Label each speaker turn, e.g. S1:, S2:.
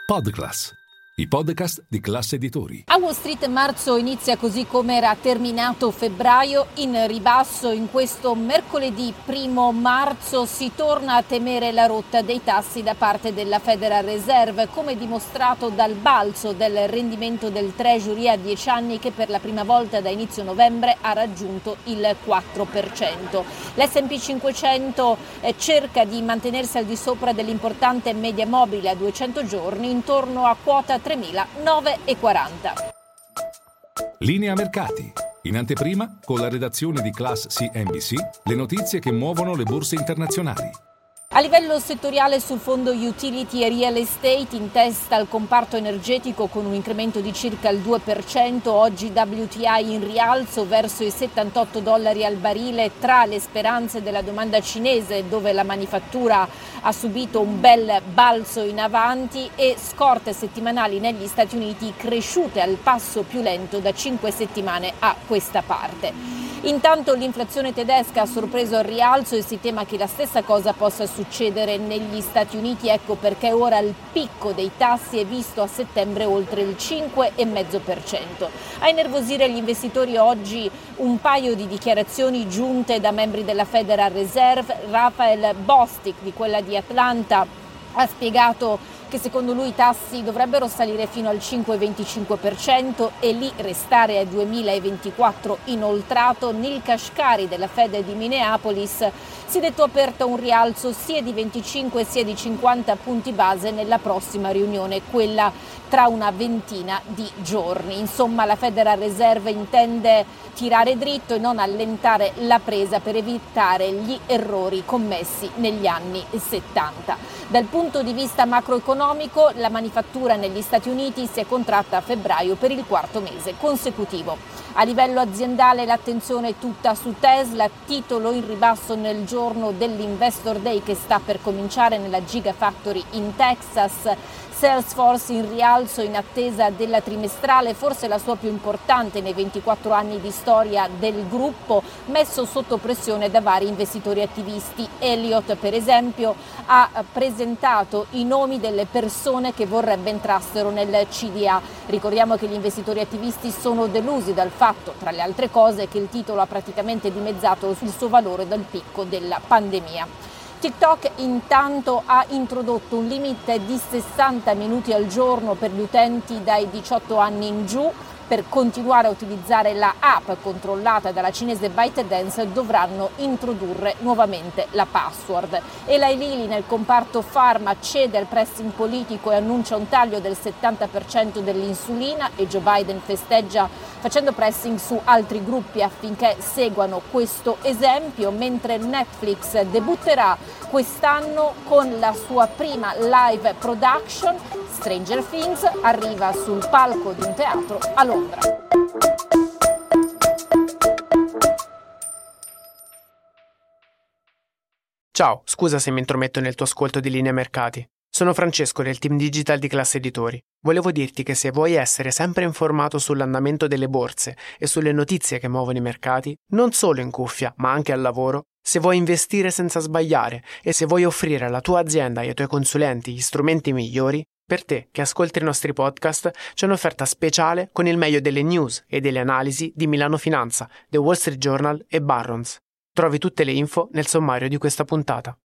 S1: Podclass, i podcast di Class Editori.
S2: A Wall Street marzo inizia così come era terminato febbraio, in ribasso. In questo mercoledì 1 marzo si torna a temere la rotta dei tassi da parte della Federal Reserve, come dimostrato dal balzo del rendimento del Treasury a 10 anni che per la prima volta da inizio novembre ha raggiunto il 4%. L'S&P 500 cerca di mantenersi al di sopra dell'importante media mobile a 200 giorni intorno a quota 3.940.
S1: Linea mercati. In anteprima, con la redazione di Class CNBC, le notizie che muovono le borse internazionali.
S2: A livello settoriale sul fondo utility e real estate in testa al comparto energetico con un incremento di circa il 2%, oggi WTI in rialzo verso i $78 al barile tra le speranze della domanda cinese dove la manifattura ha subito un bel balzo in avanti e scorte settimanali negli Stati Uniti cresciute al passo più lento da 5 settimane a questa parte. Intanto l'inflazione tedesca ha sorpreso al rialzo e si tema che la stessa cosa possa succedere negli Stati Uniti, ecco perché ora il picco dei tassi è visto a settembre oltre il 5,5%. A innervosire gli investitori oggi un paio di dichiarazioni giunte da membri della Federal Reserve. Raphael Bostic di quella di Atlanta ha spiegato che secondo lui i tassi dovrebbero salire fino al 5,25% e lì restare al 2024 inoltrato. Neil Kashkari della Fed di Minneapolis si è detto aperto a un rialzo sia di 25 sia di 50 punti base nella prossima riunione, quella tra una ventina di giorni. Insomma, la Federal Reserve intende tirare dritto e non allentare la presa per evitare gli errori commessi negli anni 70. Dal punto di vista macroeconomico, la manifattura negli Stati Uniti si è contratta a febbraio per il quarto mese consecutivo. A livello aziendale l'attenzione è tutta su Tesla, titolo in ribasso nel giorno dell'Investor Day che sta per cominciare nella Gigafactory in Texas. Salesforce in rialzo in attesa della trimestrale, forse la sua più importante nei 24 anni di storia del gruppo, messo sotto pressione da vari investitori attivisti. Elliott, per esempio, ha presentato i nomi delle persone che vorrebbe entrassero nel CDA. Ricordiamo che gli investitori attivisti sono delusi dal fatto, tra le altre cose, che il titolo ha praticamente dimezzato il suo valore dal picco della pandemia. TikTok intanto ha introdotto un limite di 60 minuti al giorno per gli utenti dai 18 anni in giù. Per continuare a utilizzare la app controllata dalla cinese ByteDance dovranno introdurre nuovamente la password. Eli Lilly nel comparto pharma cede al pressing politico e annuncia un taglio del 70% dell'insulina e Joe Biden festeggia facendo pressing su altri gruppi affinché seguano questo esempio, mentre Netflix debutterà quest'anno con la sua prima live production. Stranger Things arriva sul palco di un teatro a Londra.
S3: Ciao, scusa se mi intrometto nel tuo ascolto di Linea Mercati. Sono Francesco del team digital di Class Editori. Volevo dirti che se vuoi essere sempre informato sull'andamento delle borse e sulle notizie che muovono i mercati, non solo in cuffia, ma anche al lavoro, se vuoi investire senza sbagliare e se vuoi offrire alla tua azienda e ai tuoi consulenti gli strumenti migliori, per te che ascolti i nostri podcast c'è un'offerta speciale con il meglio delle news e delle analisi di Milano Finanza, The Wall Street Journal e Barron's. Trovi tutte le info nel sommario di questa puntata.